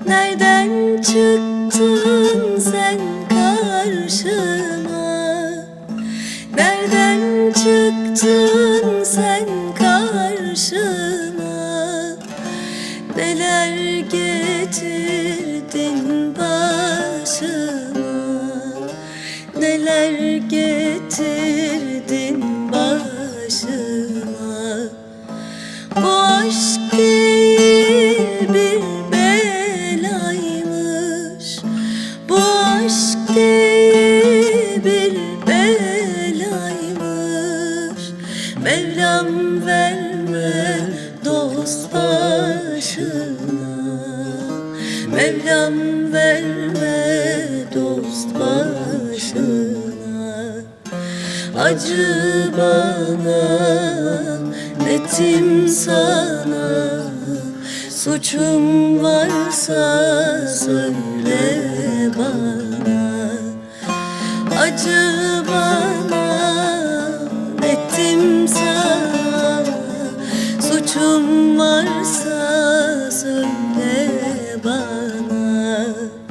Nereden çıktın sen karşıma? Nereden çıktın sen karşıma? Neler getirdin başıma? Neler getirdin başıma? Bu aşk değil bir belaymış. Bu aşk değil bir belaymış. Mevlam verme dost başına. Mevlam verme dost başına. Acı bana, netim sana. Suçum varsa söyle bana. Acı bana, netim sana. Suçum varsa söyle bana.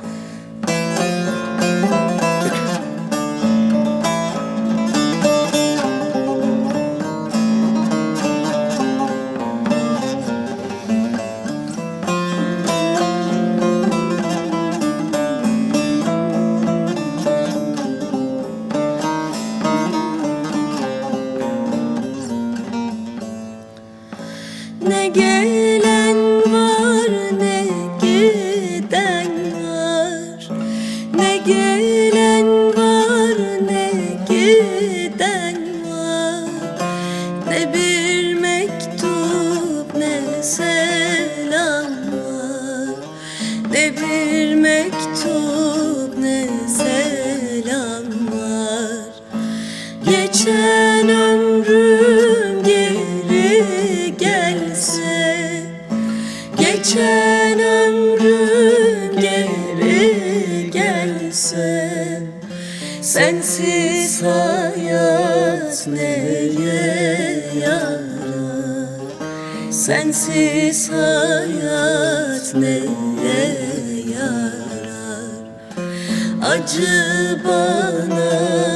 Ne gelen var ne giden var. Ne gelen var ne giden var. Ne bir mektup ne selam var. Ne bir mektup ne selam var. Geçen ömrüm geri gelse, geçen ömrüm geri gelse, sensiz hayat neye yarar? Sensiz hayat neye yarar? Acı bana,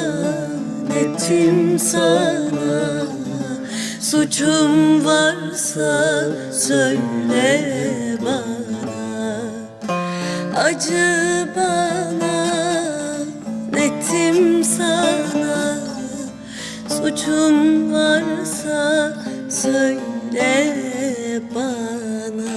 netim sana. Suçum varsa söyle bana. Acı bana, netim sana. Suçum varsa söyle bana.